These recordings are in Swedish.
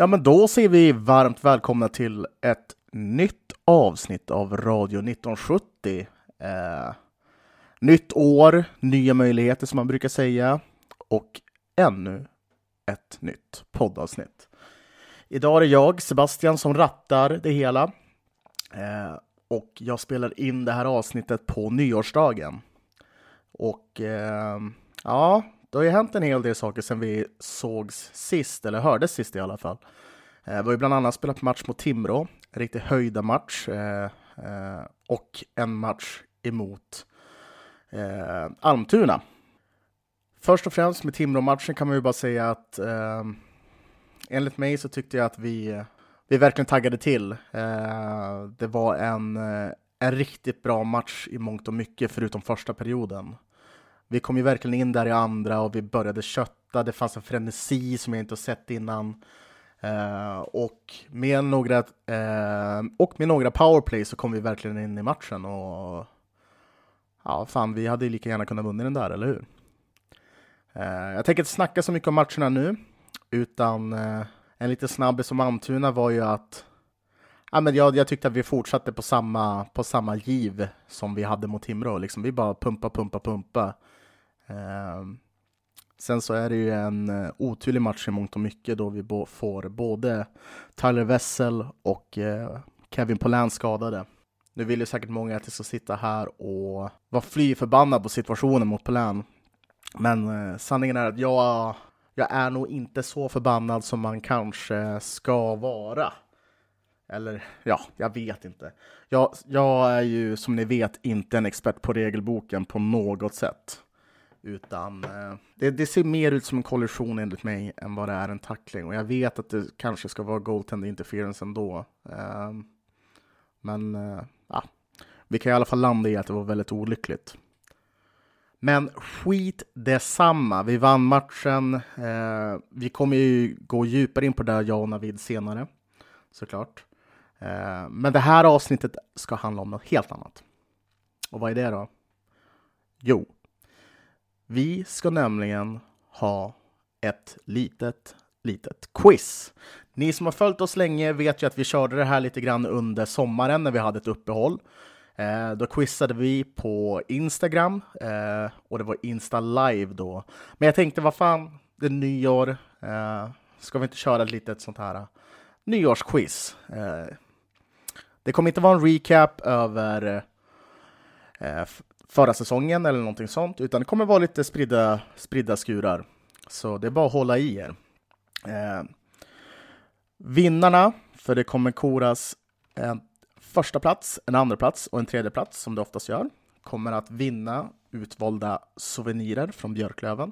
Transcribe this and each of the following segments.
Ja, men då säger vi varmt välkomna till ett nytt avsnitt av Radio 1970. Nytt år, nya möjligheter som man brukar säga, och ännu ett nytt poddavsnitt. Idag är det jag, Sebastian, som rattar det hela. Och jag spelar in det här avsnittet på nyårsdagen. Och ja, det har ju hänt en hel del saker sedan vi sågs sist, eller hördes sist i alla fall. Vi har ju bland annat spelat match mot Timrå, en riktigt höjda match, och en match emot Almtuna. Först och främst med Timrå-matchen kan man ju bara säga att enligt mig så tyckte jag att vi verkligen taggade till. Det var en riktigt bra match i mångt och mycket förutom första perioden. Vi kom ju verkligen in där i andra och vi började kötta. Det fanns en frenesi som jag inte har sett innan. Och med några powerplay så kom vi verkligen in i matchen. Och ja, fan, vi hade ju lika gärna kunnat vinna den där, eller hur? Jag tänker inte snacka så mycket om matcherna nu. Utan en lite snabbis om Almtuna var ju att jag tyckte att vi fortsatte på samma giv som vi hade mot Timrå. Liksom, vi bara pumpa. Sen så är det ju en oturlig match i mångt och mycket då vi får både Tyler Wessel och Kevin Pollan skadade. Nu vill ju säkert många att jag ska sitta här och vara fly förbannad på situationen mot Pollan. Men sanningen är att jag är nog inte så förbannad som man kanske ska vara. Eller, ja, jag vet inte. Jag är ju, som ni vet, inte en expert på regelboken på något sätt. Utan det ser mer ut som en kollision enligt mig än vad det är en tackling. Och jag vet att det kanske ska vara goaltender interference ändå. Men vi kan i alla fall landa i att det var väldigt olyckligt. Men skit detsamma. Vi vann matchen. Vi kommer ju gå djupare in på det där, jag och Navid, senare. Såklart. Men det här avsnittet ska handla om något helt annat. Och vad är det då? Jo. Vi ska nämligen ha ett litet quiz. Ni som har följt oss länge vet ju att vi körde det här lite grann under sommaren när vi hade ett uppehåll. Då quizade vi på Instagram och det var Insta Live då. Men jag tänkte, vad fan, det är nyår. Ska vi inte köra ett litet sånt här nyårsquiz? Det kommer inte vara en recap över förra säsongen eller någonting sånt, utan det kommer vara lite spridda skurar. Så det är bara att hålla i er. Vinnarna, för det kommer koras en första plats, en andra plats och en tredje plats, som det oftast gör, kommer att vinna utvalda souvenirer från Björklöven.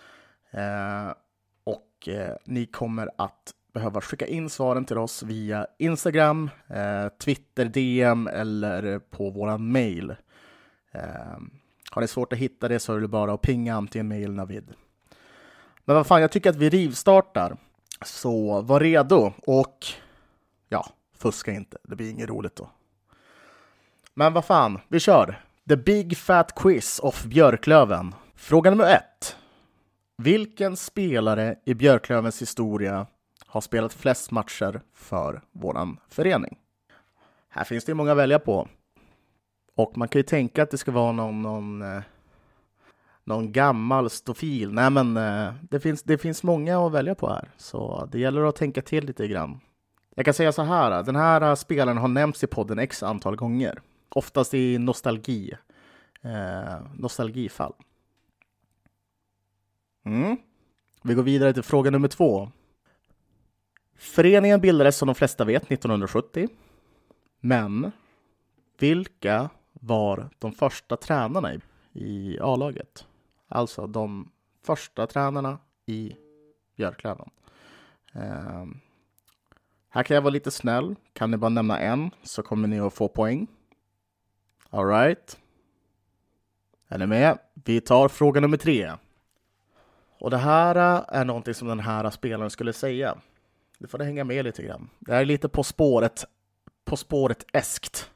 Och ni kommer att behöva skicka in svaren till oss via Instagram, Twitter, DM eller på våran mail. Har ni svårt att hitta det så är det bara att pinga antingen mail Navid. Men vad fan, jag tycker att vi rivstartar. Så var redo och ja, fuska inte. Det blir inget roligt då. Men vad fan, vi kör. The Big Fat Quiz of Björklöven. Fråga nummer 1. Vilken spelare i Björklövens historia har spelat flest matcher för våran förening? Här finns det ju många att välja på. Och man kan ju tänka att det ska vara någon gammal stofil. Nej, men det finns många att välja på här. Så det gäller att tänka till lite grann. Jag kan säga så här. Den här spelaren har nämnts i podden x antal gånger. Oftast i nostalgifall. Vi går vidare till fråga nummer 2. Föreningen bildades, som de flesta vet, 1970. Men vilka var de första tränarna i A-laget? Alltså de första tränarna i Björklöven. Här kan jag vara lite snäll. Kan ni bara nämna en så kommer ni att få poäng. All right. Är ni med? Vi tar fråga nummer 3. Och det här är någonting som den här spelaren skulle säga. Du får hänga med lite grann. Det är lite på spåret eskt.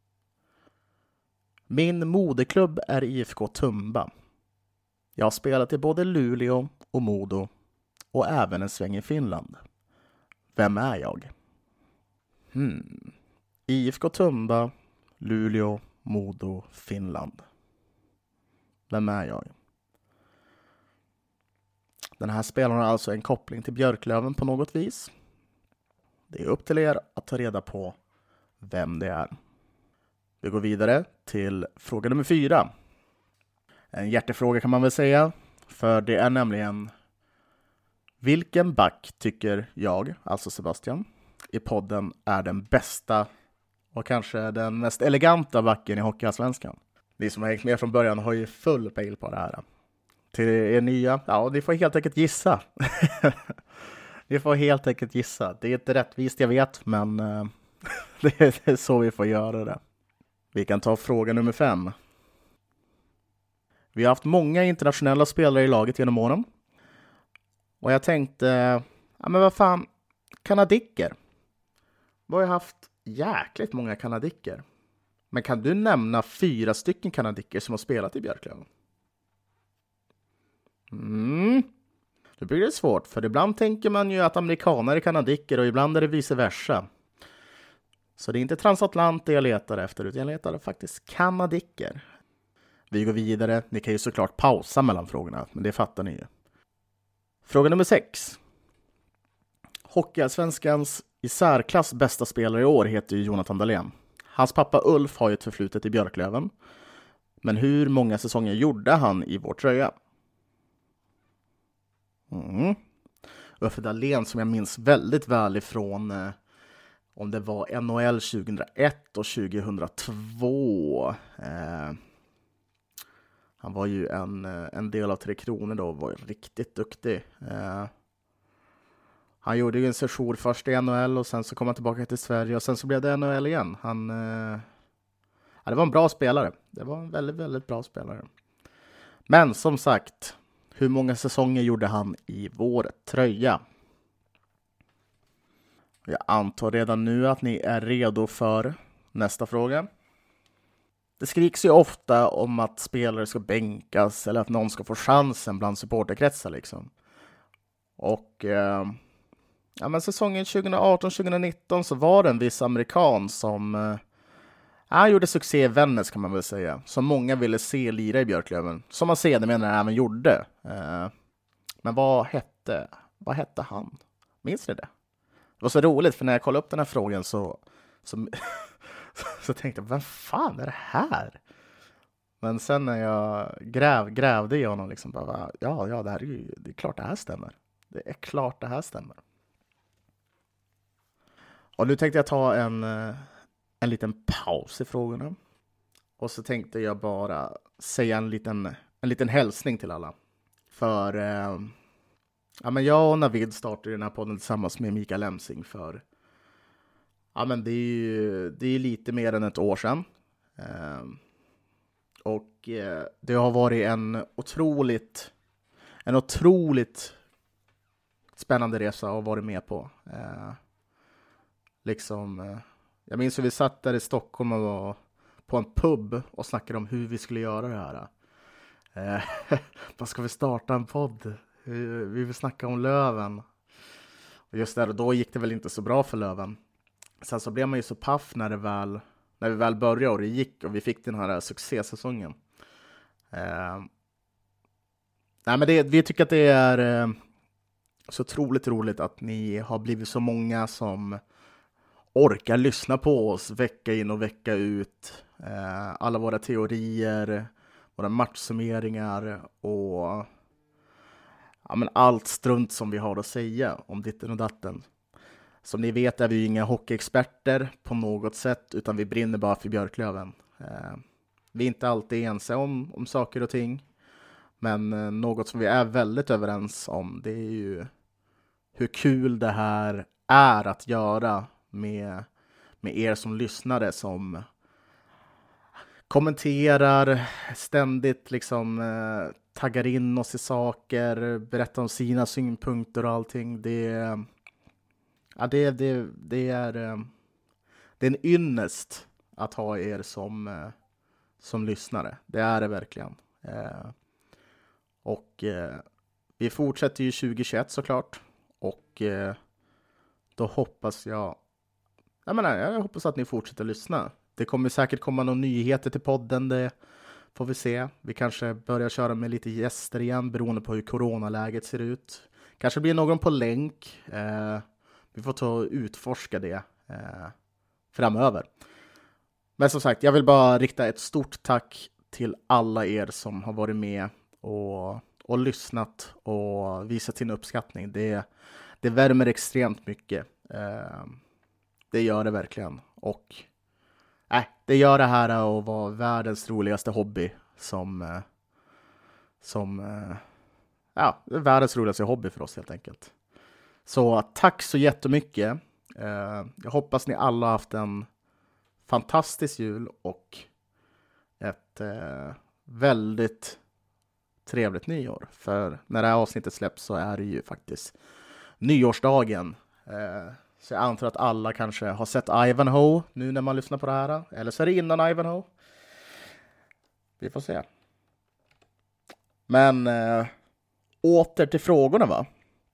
Min moderklubb är IFK Tumba. Jag har spelat i både Luleå och Modo och även en sväng i Finland. Vem är jag? IFK Tumba, Luleå, Modo, Finland. Vem är jag? Den här spelaren har alltså en koppling till Björklöven på något vis. Det är upp till er att ta reda på vem det är. Vi går vidare till fråga nummer 4. En hjärtefråga kan man väl säga. För det är nämligen: vilken back tycker jag, alltså Sebastian, i podden är den bästa och kanske den mest eleganta backen i Hockeyallsvenskan? Ni som har hängt med från början har ju full pejl på det här. Till er nya, ja, ni får helt enkelt gissa. Ni får helt enkelt gissa. Det är inte rättvist, jag vet, men det är så vi får göra det. Vi kan ta fråga nummer 5. Vi har haft många internationella spelare i laget genom åren. Och jag tänkte, ja men vad fan, kanadicker. Vi har ju haft jäkligt många kanadicker. Men kan du nämna 4 stycken kanadicker som har spelat i Björklöven? Det blir det svårt, för ibland tänker man ju att amerikaner är kanadicker och ibland är det vice versa. Så det är inte transatlant det jag letar efter, utan jag letar faktiskt kanadicker. Vi går vidare. Ni kan ju såklart pausa mellan frågorna, men det fattar ni ju. Fråga nummer 6. Hockeyallsvenskans i särklass bästa spelare i år heter ju Jonathan Dahlén. Hans pappa Ulf har ju ett förflutet i Björklöven. Men hur många säsonger gjorde han i vår tröja? Ulf Dahlén, som jag minns väldigt väl ifrån om det var NHL 2001 och 2002. Han var ju en del av Tre Kronor då och var riktigt duktig. Han gjorde ju en session först i NHL och sen så kom han tillbaka till Sverige och sen så blev det NHL igen. Det var en bra spelare. Det var en väldigt, väldigt bra spelare. Men som sagt, hur många säsonger gjorde han i vår tröja? Jag antar redan nu att ni är redo för nästa fråga. Det skriks ju ofta om att spelare ska bänkas eller att någon ska få chansen bland supporterkretsar liksom. Och men säsongen 2018-2019 så var det en viss amerikan som han gjorde succé i Vännäs, kan man väl säga. Som många ville se lira i Björklöven. Som man sedermera även gjorde. Men vad hette han? Minns ni det? Det var så roligt, för när jag kollade upp den här frågan så tänkte jag, vem fan är det här? Men sen när jag grävde i honom liksom bara, ja, det är klart det här stämmer. Det är klart det här stämmer. Och nu tänkte jag ta en liten paus i frågorna. Och så tänkte jag bara säga en liten hälsning till alla. För men jag och Navid startade den här podden tillsammans med Mikael Lemsing för det är lite mer än ett år sedan. Och det har varit en otroligt spännande resa att vara med på. Jag minns hur vi satt där i Stockholm och var på en pub och snackade om hur vi skulle göra det här. Vad ska vi starta en podd? Vi vill snacka om Löven. Och just där och då gick det väl inte så bra för Löven. Sen så blev man ju så paff när vi väl började och det gick och vi fick den här succésäsongen. Vi tycker att det är så otroligt roligt att ni har blivit så många som orkar lyssna på oss vecka in och vecka ut. Alla våra teorier, våra matchsummeringar och allt strunt som vi har att säga om ditten och datten. Som ni vet är vi ju inga hockeyexperter på något sätt, utan vi brinner bara för Björklöven. Vi är inte alltid ense om saker och ting. Men något som vi är väldigt överens om, det är ju hur kul det här är att göra med er som lyssnare, som kommenterar ständigt, taggar in oss i saker, berättar om sina synpunkter och allting. Det är en ynnest att ha er som lyssnare. Det är det verkligen. Och vi fortsätter ju 2021 såklart. Och då hoppas jag hoppas att ni fortsätter lyssna. Det kommer säkert komma några nyheter till podden, det får vi se. Vi kanske börjar köra med lite gäster igen beroende på hur coronaläget ser ut. Kanske blir någon på länk. Vi får ta och utforska det framöver. Men som sagt, jag vill bara rikta ett stort tack till alla er som har varit med och lyssnat och visat sin uppskattning. Det värmer extremt mycket. Det gör det verkligen. Och det gör det här att vara världens roligaste hobby världens roligaste hobby för oss helt enkelt. Så tack så jättemycket. Jag hoppas ni alla har haft en fantastisk jul och ett väldigt trevligt nyår. För när det här avsnittet släpps så är det ju faktiskt nyårsdagen. Så jag antar att alla kanske har sett Ivanhoe nu när man lyssnar på det här. Eller så är det innan Ivanhoe. Vi får se. Men åter till frågorna, va?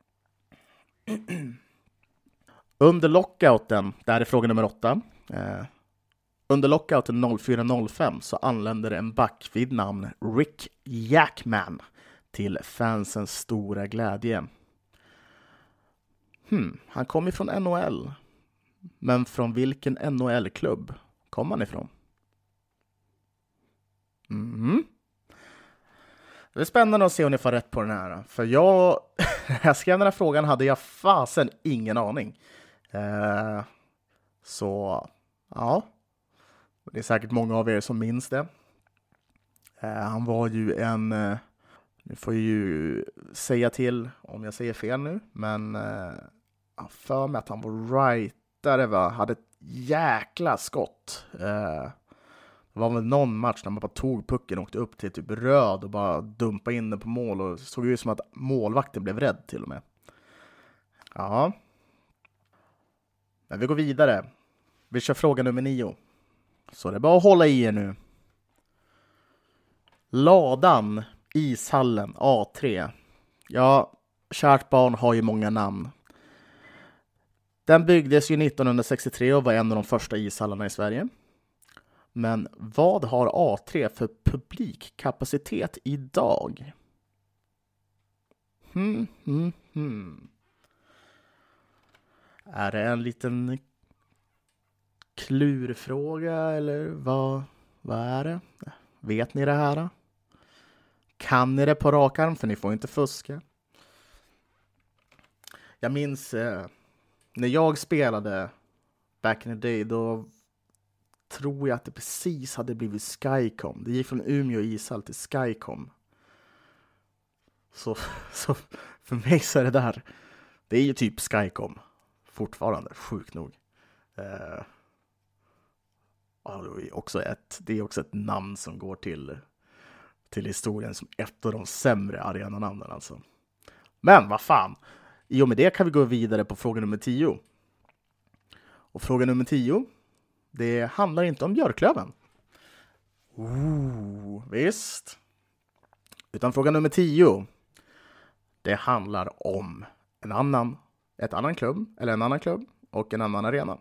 Under lockouten, det här är fråga nummer 8. Under lockouten 04-05 så anländer en back vid namn Rick Jackman till fansens stora glädje. Han kom ifrån NHL. Men från vilken NHL-klubb kom han ifrån? Det är spännande att se om ni får rätt på den här. För när jag skrev den här frågan hade jag fasen ingen aning. Så, ja. Det är säkert många av er som minns det. Han var ju nu får jag ju säga till om jag säger fel nu. Men jag för mig att han var rightare, hade ett jäkla skott. Det var väl någon match när man bara tog pucken och åkte upp till typ röd och bara dumpade in den på mål. Och såg ut som att målvakten blev rädd till och med. Ja. Men vi går vidare. Vi kör fråga nummer 9. Så det är bara att hålla i er nu. Ladan, ishallen, A3. Ja, kärt barn har ju många namn. Den byggdes ju 1963 och var en av de första ishallarna i Sverige. Men vad har A3 för publikkapacitet idag? Är det en liten klurfråga eller vad är det? Vet ni det här? Kan ni det på rak arm? För ni får inte fuska. Jag minns när jag spelade back in the day, då tror jag att det precis hade blivit Skycom. Det gick från Umeå ishall till Skycom. Så för mig så är det där. Det är ju typ Skycom. Fortfarande, sjukt nog. Det är också ett namn som går till historien som ett av de sämre arenanamnen alltså. Men vad fan. I och med det kan vi gå vidare på fråga nummer 10. Och fråga nummer 10, det handlar inte om Björklöven. Visst. Utan fråga nummer 10, det handlar om en annan klubb och en annan arena.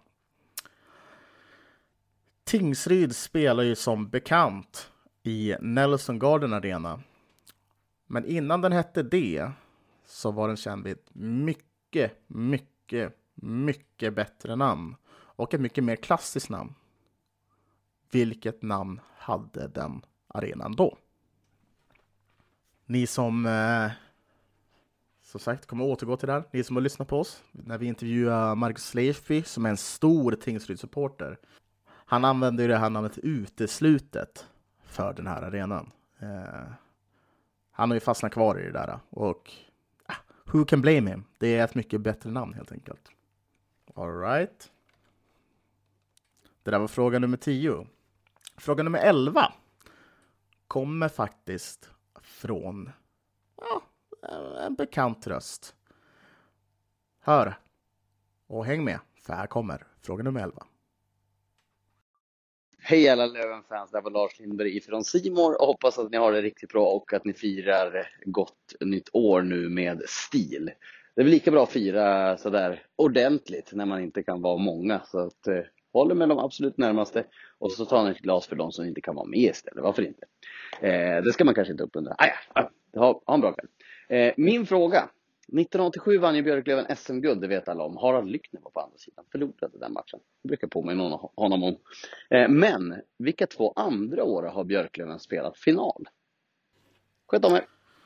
Tingsryd spelar ju som bekant i Nelson Garden Arena. Men innan den hette det så var den känd vid ett mycket, mycket, mycket bättre namn. Och ett mycket mer klassiskt namn. Vilket namn hade den arenan då? Ni som sagt kommer återgå till det här. Ni som har lyssnat på oss när vi intervjuar Marcus Leifby som är en stor Tingsryd-supporter. Han använder ju det här namnet uteslutet för den här arenan. Han har ju fastnat kvar i det där. Och who can blame him? Det är ett mycket bättre namn helt enkelt. All right. Det där var fråga nummer 10. Fråga nummer 11 kommer faktiskt från en bekant röst. Hör och häng med, för här kommer fråga nummer 11. Hej alla Löven-fans, det var Lars Lindberg ifrån Simor och hoppas att ni har det riktigt bra och att ni firar gott nytt år nu med stil. det är väl lika bra att fira sådär ordentligt när man inte kan vara många. Så att håller med de absolut närmaste och så tar man ett glas för de som inte kan vara med istället. Varför inte? Det ska man kanske inte uppundra. Ha en bra kväll. Min fråga. 1987 vann ju Björklöven SM-guld, det vet alla om. Harald Lyckner var på andra sidan, förlorade den matchen. Jag brukar påminna honom om. Men vilka 2 andra år har Björklöven spelat final? Sköt om er.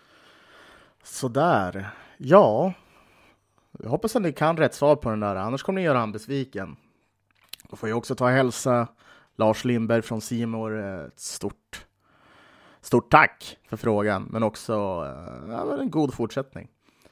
Sådär. Ja, jag hoppas att ni kan rätt svar på den där. Annars kommer ni göra han besviken. Då får jag också ta och hälsa Lars Lindberg från Simor ett stort tack för frågan. Men också en god fortsättning.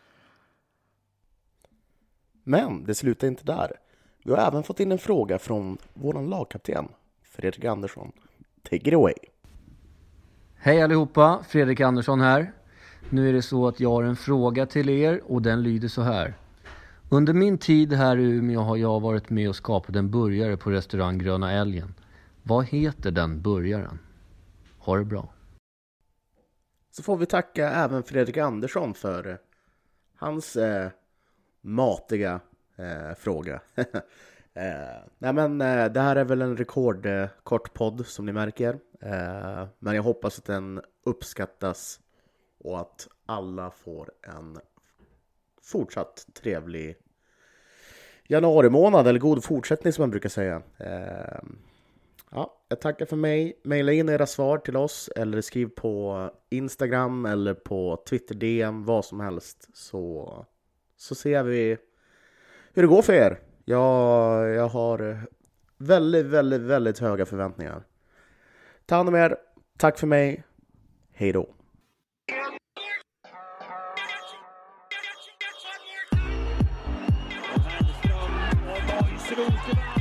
Men det slutar inte där. Vi har även fått in en fråga från vår lagkapten, Fredrik Andersson. Take it away. Hej allihopa, Fredrik Andersson här. Nu är det så att jag har en fråga till er och den lyder så här. Under min tid här i Umeå har jag varit med och skapat en burgare på restaurang Gröna Älgen. Vad heter den burgaren? Ha det bra. Så får vi tacka även Fredrik Andersson för hans matiga fråga. Nej men det här är väl en rekordkort podd som ni märker. Men jag hoppas att den uppskattas och att alla får en fortsatt trevlig januari månad eller god fortsättning som man brukar säga. Ja, jag tackar för mig. Maila in era svar till oss eller skriv på Instagram eller på Twitter DM, vad som helst, så ser vi hur det går för er. Jag har väldigt, väldigt, väldigt höga förväntningar. Ta hand om er. Tack för mig. Hej då. Rosenberg.